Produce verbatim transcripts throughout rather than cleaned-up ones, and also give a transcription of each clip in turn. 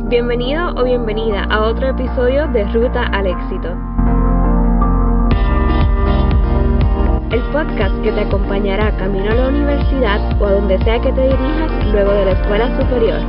Bienvenido o bienvenida a otro episodio de Ruta al Éxito. El podcast que te acompañará camino a la universidad o a donde sea que te dirijas luego de la escuela superior.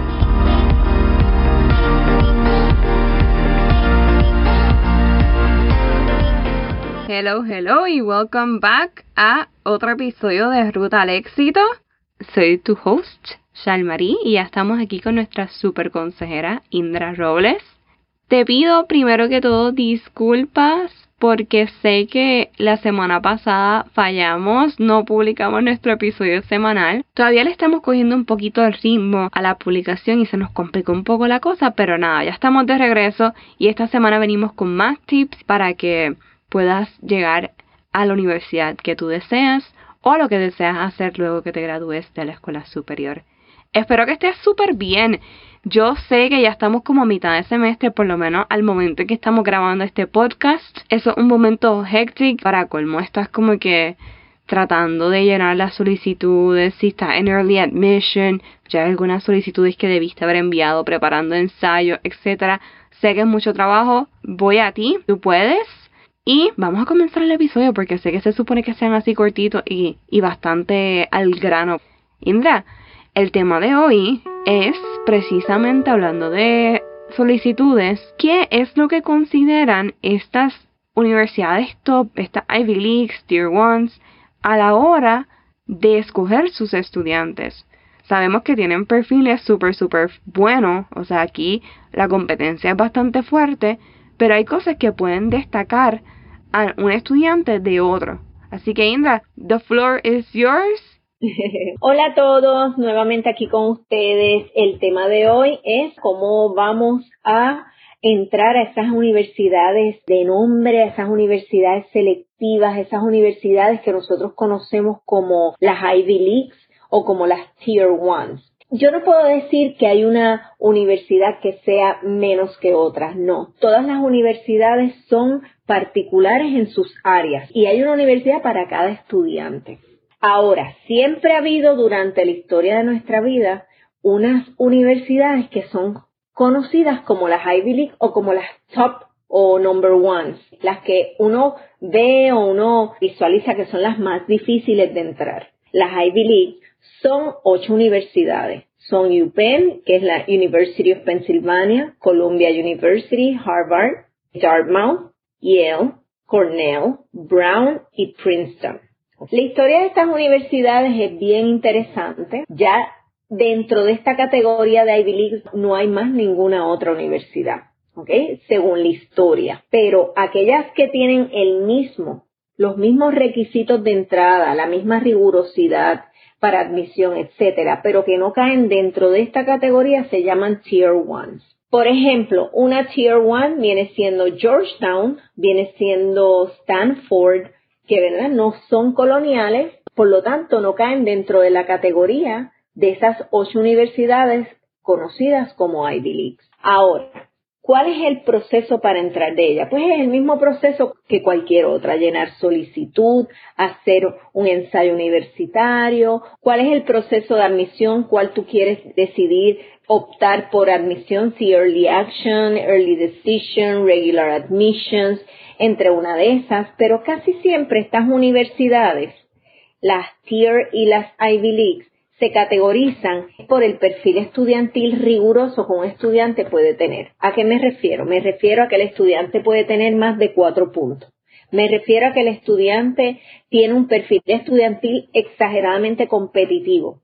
Hello, hello y welcome back a otro episodio de Ruta al Éxito. Soy tu host, Shalmarie, y ya estamos aquí con nuestra super consejera, Indra Robles. Te pido primero que todo disculpas porque sé que la semana pasada fallamos, no publicamos nuestro episodio semanal. Todavía le estamos cogiendo un poquito el ritmo a la publicación y se nos complicó un poco la cosa, pero nada, ya estamos de regreso y esta semana venimos con más tips para que puedas llegar a la universidad que tú deseas o a lo que deseas hacer luego que te gradúes de la escuela superior. Espero que estés súper bien. Yo sé que ya estamos como a mitad de semestre, por lo menos al momento en que estamos grabando este podcast. Eso es un momento hectic para colmo. Estás como que tratando de llenar las solicitudes. Si estás en Early Admission, ya hay algunas solicitudes que debiste haber enviado, preparando ensayos, etcétera. Sé que es mucho trabajo. Voy a ti. Tú puedes. Y vamos a comenzar el episodio porque sé que se supone que sean así cortitos y, y bastante al grano. Indra, el tema de hoy es precisamente hablando de solicitudes. ¿Qué es lo que consideran estas universidades top, estas Ivy Leagues, Tier Ones, a la hora de escoger sus estudiantes? Sabemos que tienen perfiles súper, súper buenos. O sea, aquí la competencia es bastante fuerte, pero hay cosas que pueden destacar a un estudiante de otro. Así que, Indra, the floor is yours. Hola a todos, nuevamente aquí con ustedes. El tema de hoy es cómo vamos a entrar a esas universidades de nombre, a esas universidades selectivas, esas universidades que nosotros conocemos como las Ivy Leagues o como las Tier Ones. Yo no puedo decir que hay una universidad que sea menos que otras, no. Todas las universidades son particulares en sus áreas y hay una universidad para cada estudiante. Ahora, siempre ha habido durante la historia de nuestra vida unas universidades que son conocidas como las Ivy League o como las top o number ones, las que uno ve o uno visualiza que son las más difíciles de entrar. Las Ivy League son ocho universidades. Son U Penn, que es la University of Pennsylvania, Columbia University, Harvard, Dartmouth, Yale, Cornell, Brown y Princeton. La historia de estas universidades es bien interesante. Ya dentro de esta categoría de Ivy League no hay más ninguna otra universidad, ¿ok? Según la historia. Pero aquellas que tienen el mismo, los mismos requisitos de entrada, la misma rigurosidad para admisión, etcétera, pero que no caen dentro de esta categoría se llaman Tier Ones. Por ejemplo, una Tier One viene siendo Georgetown, viene siendo Stanford, que verdad no son coloniales, por lo tanto no caen dentro de la categoría de esas ocho universidades conocidas como Ivy Leagues. Ahora, ¿cuál es el proceso para entrar de ella? Pues es el mismo proceso que cualquier otra, llenar solicitud, hacer un ensayo universitario. ¿Cuál es el proceso de admisión? ¿Cuál tú quieres decidir optar por admisión? Si Early Action, Early Decision, Regular Admissions, entre una de esas. Pero casi siempre estas universidades, las Tier y las Ivy Leagues, se categorizan por el perfil estudiantil riguroso que un estudiante puede tener. ¿A qué me refiero? Me refiero a que el estudiante puede tener más de cuatro puntos. Me refiero a que el estudiante tiene un perfil estudiantil exageradamente competitivo.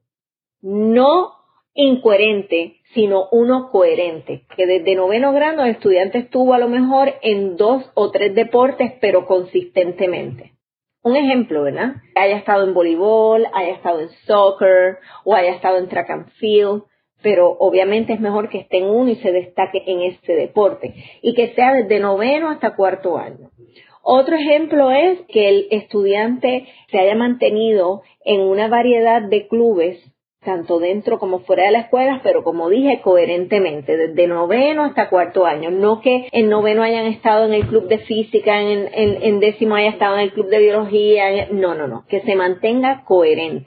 No incoherente, sino uno coherente. Que desde noveno grado el estudiante estuvo a lo mejor en dos o tres deportes, pero consistentemente. Un ejemplo, ¿verdad? Haya estado en voleibol, haya estado en soccer o haya estado en track and field, pero obviamente es mejor que esté en uno y se destaque en este deporte y que sea desde noveno hasta cuarto año. Otro ejemplo es que el estudiante se haya mantenido en una variedad de clubes, tanto dentro como fuera de la escuela, pero como dije, coherentemente, desde noveno hasta cuarto año. No que en noveno hayan estado en el club de física, en, en, en décimo haya estado en el club de biología, en, no, no, no, que se mantenga coherente.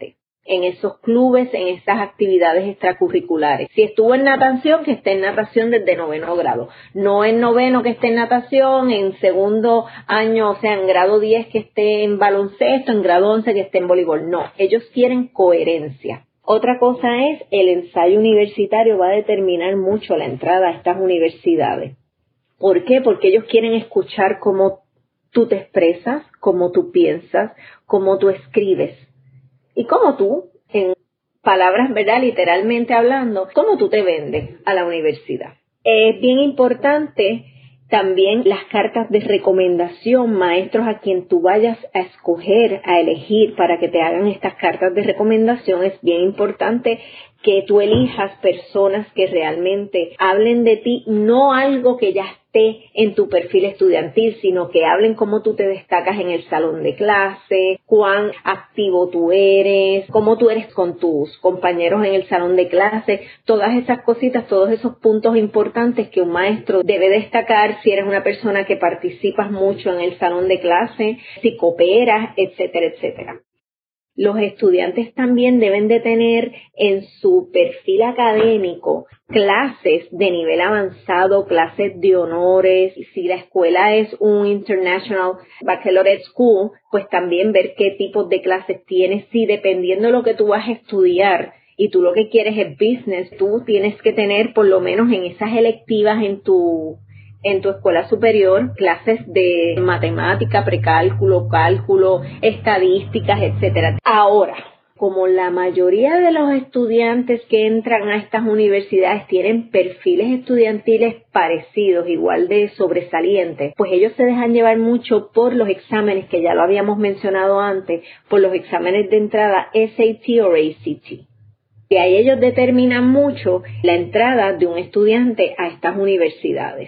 en esos clubes, en esas actividades extracurriculares. Si estuvo en natación, que esté en natación desde noveno grado. No en noveno que esté en natación, en segundo año, o sea, en grado diez que esté en baloncesto, en grado once que esté en voleibol. No, ellos quieren coherencia. Otra cosa es, el ensayo universitario va a determinar mucho la entrada a estas universidades. ¿Por qué? Porque ellos quieren escuchar cómo tú te expresas, cómo tú piensas, cómo tú escribes. Y cómo tú, en palabras, ¿verdad?, literalmente hablando, cómo tú te vendes a la universidad. Es bien importante también las cartas de recomendación, maestros a quien tú vayas a escoger, a elegir para que te hagan estas cartas de recomendación. Es bien importante que tú elijas personas que realmente hablen de ti, no algo que ya esté en tu perfil estudiantil, sino que hablen cómo tú te destacas en el salón de clase, cuán activo tú eres, cómo tú eres con tus compañeros en el salón de clase, todas esas cositas, todos esos puntos importantes que un maestro debe destacar, si eres una persona que participas mucho en el salón de clase, si cooperas, etcétera, etcétera. Los estudiantes también deben de tener en su perfil académico clases de nivel avanzado, clases de honores. Si la escuela es un International Baccalaureate School, pues también ver qué tipos de clases tienes. Si dependiendo de lo que tú vas a estudiar y tú lo que quieres es business, tú tienes que tener por lo menos en esas electivas en tu en tu escuela superior, clases de matemática, precálculo, cálculo, estadísticas, etcétera. Ahora, como la mayoría de los estudiantes que entran a estas universidades tienen perfiles estudiantiles parecidos, igual de sobresalientes, pues ellos se dejan llevar mucho por los exámenes, que ya lo habíamos mencionado antes, por los exámenes de entrada S A T o A C T. Y ahí ellos determinan mucho la entrada de un estudiante a estas universidades.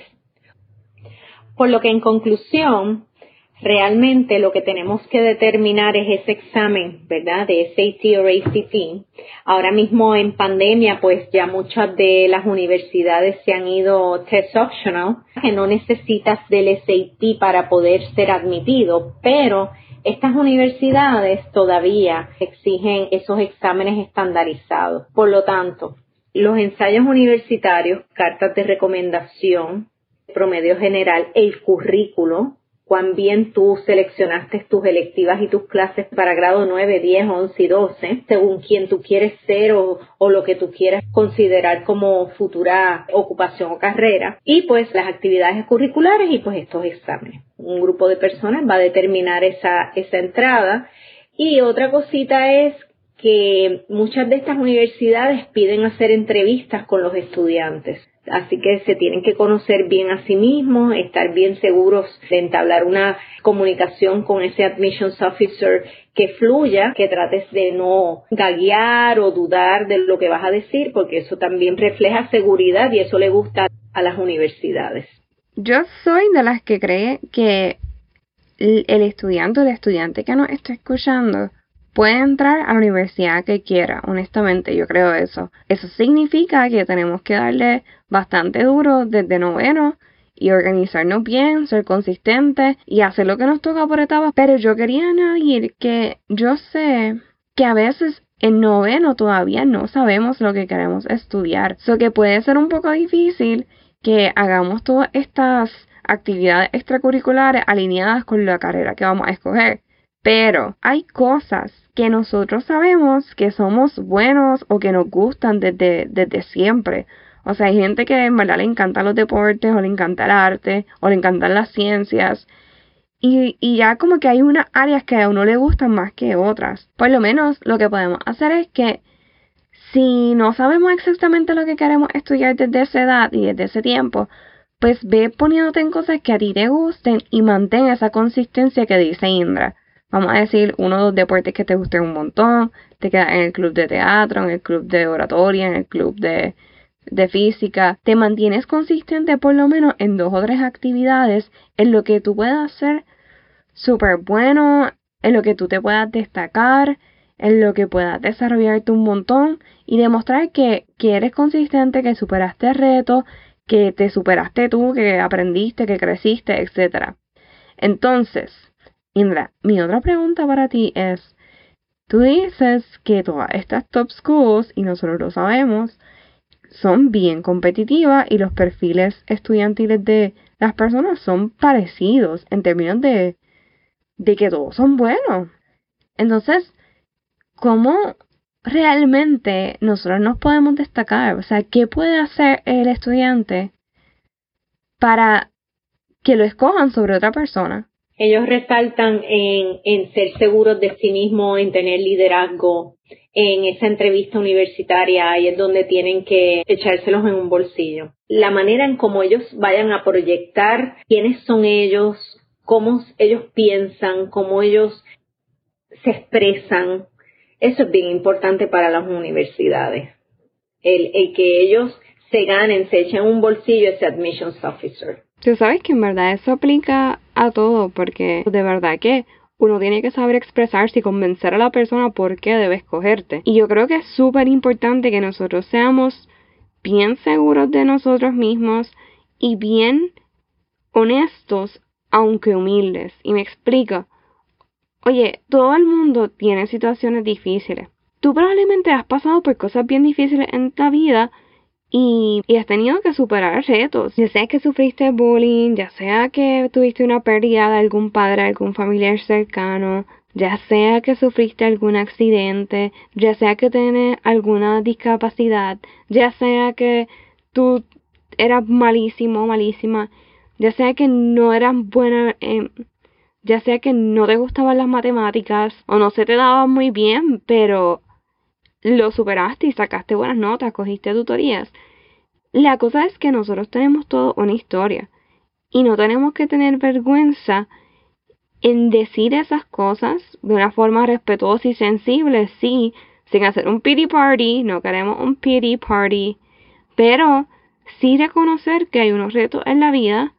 Por lo que en conclusión, realmente lo que tenemos que determinar es ese examen, ¿verdad?, de S A T o A C T. Ahora mismo en pandemia, pues ya muchas de las universidades se han ido test optional, que no necesitas del S A T para poder ser admitido, pero estas universidades todavía exigen esos exámenes estandarizados. Por lo tanto, los ensayos universitarios, cartas de recomendación, promedio general, el currículo, cuán bien tú seleccionaste tus electivas y tus clases para grado nueve, diez, once y doce, según quién tú quieres ser o, o lo que tú quieras considerar como futura ocupación o carrera, y pues las actividades curriculares y pues estos exámenes. Un grupo de personas va a determinar esa, esa entrada. Y otra cosita es que muchas de estas universidades piden hacer entrevistas con los estudiantes. Así que se tienen que conocer bien a sí mismos, estar bien seguros de entablar una comunicación con ese admissions officer que fluya, que trates de no gaguear o dudar de lo que vas a decir, porque eso también refleja seguridad y eso le gusta a las universidades. Yo soy de las que cree que el estudiante o el estudiante que nos está escuchando puede entrar a la universidad que quiera. Honestamente, yo creo eso. Eso significa que tenemos que darle bastante duro desde noveno y organizarnos bien, ser consistentes y hacer lo que nos toca por etapas. Pero yo quería añadir que yo sé que a veces en noveno todavía no sabemos lo que queremos estudiar. So que puede ser un poco difícil que hagamos todas estas actividades extracurriculares alineadas con la carrera que vamos a escoger. Pero hay cosas que nosotros sabemos que somos buenos o que nos gustan desde, desde siempre. O sea, hay gente que en verdad le encantan los deportes o le encanta el arte o le encantan las ciencias. Y, y ya como que hay unas áreas que a uno le gustan más que otras. Por lo menos lo que podemos hacer es que si no sabemos exactamente lo que queremos estudiar desde esa edad y desde ese tiempo, pues ve poniéndote en cosas que a ti te gusten y mantén esa consistencia que dice Indra. Vamos a decir, uno de los deportes que te gusten un montón, te quedas en el club de teatro, en el club de oratoria, en el club de, de física. Te mantienes consistente por lo menos en dos o tres actividades en lo que tú puedas ser súper bueno, en lo que tú te puedas destacar, en lo que puedas desarrollarte un montón y demostrar que, que eres consistente, que superaste el reto, que te superaste tú, que aprendiste, que creciste, etcétera. Entonces, Indra, mi otra pregunta para ti es, tú dices que todas estas top schools, y nosotros lo sabemos, son bien competitivas y los perfiles estudiantiles de las personas son parecidos en términos de, de que todos son buenos. Entonces, ¿cómo realmente nosotros nos podemos destacar? O sea, ¿qué puede hacer el estudiante para que lo escojan sobre otra persona? Ellos resaltan en, en ser seguros de sí mismos, en tener liderazgo. En esa entrevista universitaria, ahí es donde tienen que echárselos en un bolsillo. La manera en cómo ellos vayan a proyectar quiénes son ellos, cómo ellos piensan, cómo ellos se expresan, eso es bien importante para las universidades. El, el que ellos se ganen, se echen en un bolsillo ese admissions officer. Tú sabes que en verdad eso aplica a todo, porque de verdad que uno tiene que saber expresarse y convencer a la persona por qué debe escogerte. Y yo creo que es súper importante que nosotros seamos bien seguros de nosotros mismos y bien honestos, aunque humildes. Y me explico. Oye, todo el mundo tiene situaciones difíciles. Tú probablemente has pasado por cosas bien difíciles en tu vida y, y has tenido que superar retos. Ya sea que sufriste bullying, ya sea que tuviste una pérdida de algún padre, algún familiar cercano, ya sea que sufriste algún accidente, ya sea que tienes alguna discapacidad, ya sea que tú eras malísimo, malísima, ya sea que no eras buena en... ya sea que no te gustaban las matemáticas o no se te daban muy bien, pero lo superaste y sacaste buenas notas, cogiste tutorías. La cosa es que nosotros tenemos todo una historia y no tenemos que tener vergüenza en decir esas cosas de una forma respetuosa y sensible, sí, sin hacer un pity party, no queremos un pity party, pero sí reconocer que hay unos retos en la vida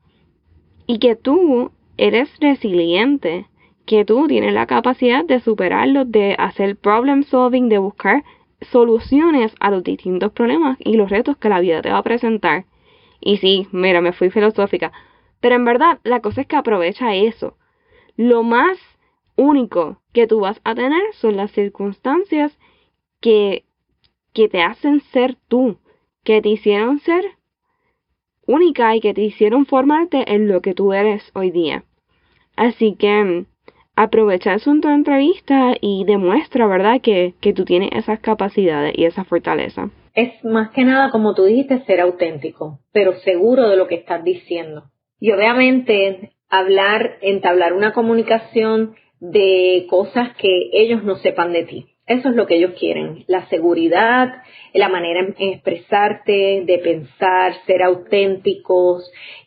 y que tú eres resiliente, que tú tienes la capacidad de superarlos, de hacer problem solving, de buscar soluciones a los distintos problemas y los retos que la vida te va a presentar. Y sí, mira, me fui filosófica, pero en verdad la cosa es que aprovecha eso. Lo más único que tú vas a tener son las circunstancias que, que te hacen ser tú, que te hicieron ser única y que te hicieron formarte en lo que tú eres hoy día. Así que aprovecha eso en tu entrevista y demuestra, ¿verdad?, que, que tú tienes esas capacidades y esa fortaleza. Es más que nada, como tú dijiste, ser auténtico, pero seguro de lo que estás diciendo. Y obviamente hablar, entablar una comunicación de cosas que ellos no sepan de ti. Eso es lo que ellos quieren, la seguridad, la manera en expresarte, de pensar, ser auténticos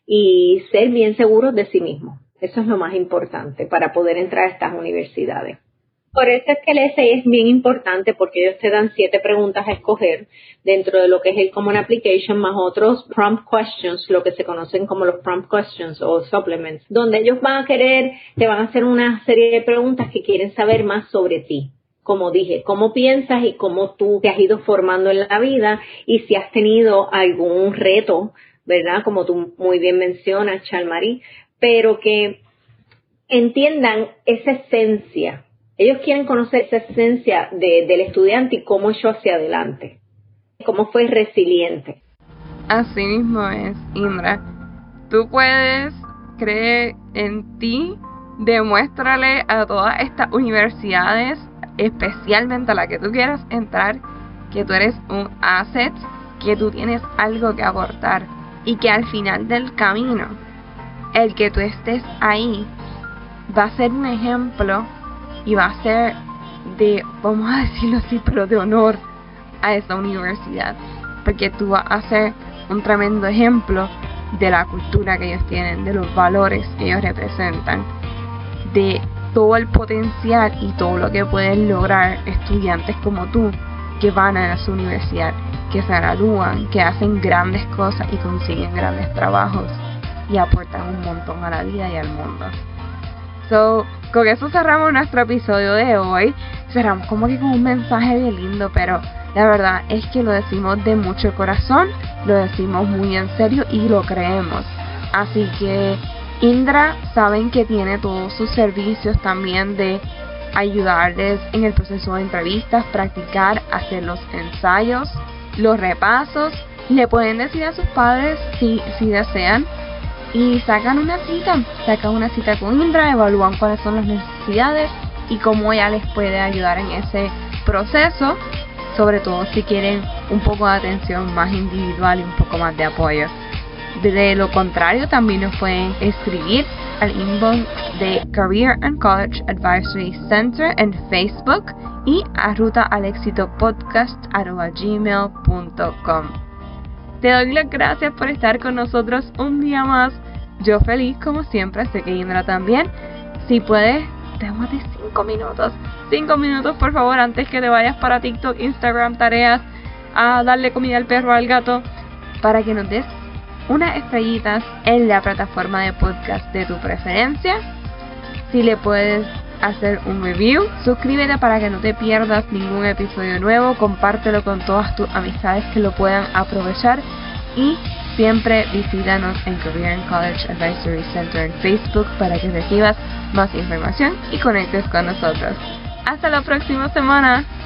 y ser bien seguros de sí mismos. Eso es lo más importante para poder entrar a estas universidades. Por eso es que el essay es bien importante, porque ellos te dan siete preguntas a escoger dentro de lo que es el Common Application, más otros prompt questions, lo que se conocen como los prompt questions o supplements, donde ellos van a querer, te van a hacer una serie de preguntas que quieren saber más sobre ti. Como dije, cómo piensas y cómo tú te has ido formando en la vida y si has tenido algún reto, ¿verdad? Como tú muy bien mencionas, Chalmarí, pero que entiendan esa esencia. Ellos quieren conocer esa esencia de, del estudiante y cómo echó hacia adelante, cómo fue resiliente. Así mismo es, Indra. Tú puedes creer en ti, demuéstrale a todas estas universidades, especialmente a la que tú quieras entrar, que tú eres un asset, que tú tienes algo que aportar y que al final del camino, el que tú estés ahí va a ser un ejemplo y va a ser de, vamos a decirlo así, pero de honor a esa universidad, porque tú vas a ser un tremendo ejemplo de la cultura que ellos tienen, de los valores que ellos representan, de todo el potencial y todo lo que pueden lograr estudiantes como tú que van a su universidad, que se gradúan, que hacen grandes cosas y consiguen grandes trabajos y aportan un montón a la vida y al mundo. So, con eso cerramos nuestro episodio de hoy. Cerramos como que con un mensaje bien lindo, pero la verdad es que lo decimos de mucho corazón, lo decimos muy en serio y lo creemos. Así que Indra, saben que tiene todos sus servicios también de ayudarles en el proceso de entrevistas, practicar, hacer los ensayos, los repasos. Le pueden decir a sus padres si, si desean y sacan una cita, sacan una cita con Indra, evalúan cuáles son las necesidades y cómo ella les puede ayudar en ese proceso, sobre todo si quieren un poco de atención más individual y un poco más de apoyo. De lo contrario, también nos pueden escribir al inbox de Career and College Advisory Center en Facebook y a rutaalexitopodcast arroba gmail punto com. Te doy las gracias por estar con nosotros un día más. Yo feliz como siempre, sé que Indra también. Si puedes, tómate cinco minutos. cinco minutos por favor antes que te vayas para TikTok, Instagram, tareas, a darle comida al perro, al gato, para que nos des unas estrellitas en la plataforma de podcast de tu preferencia. Si le puedes hacer un review, suscríbete para que no te pierdas ningún episodio nuevo, compártelo con todas tus amistades que lo puedan aprovechar y siempre visítanos en Career and College Advisory Center en Facebook para que recibas más información y conectes con nosotros. Hasta la próxima semana.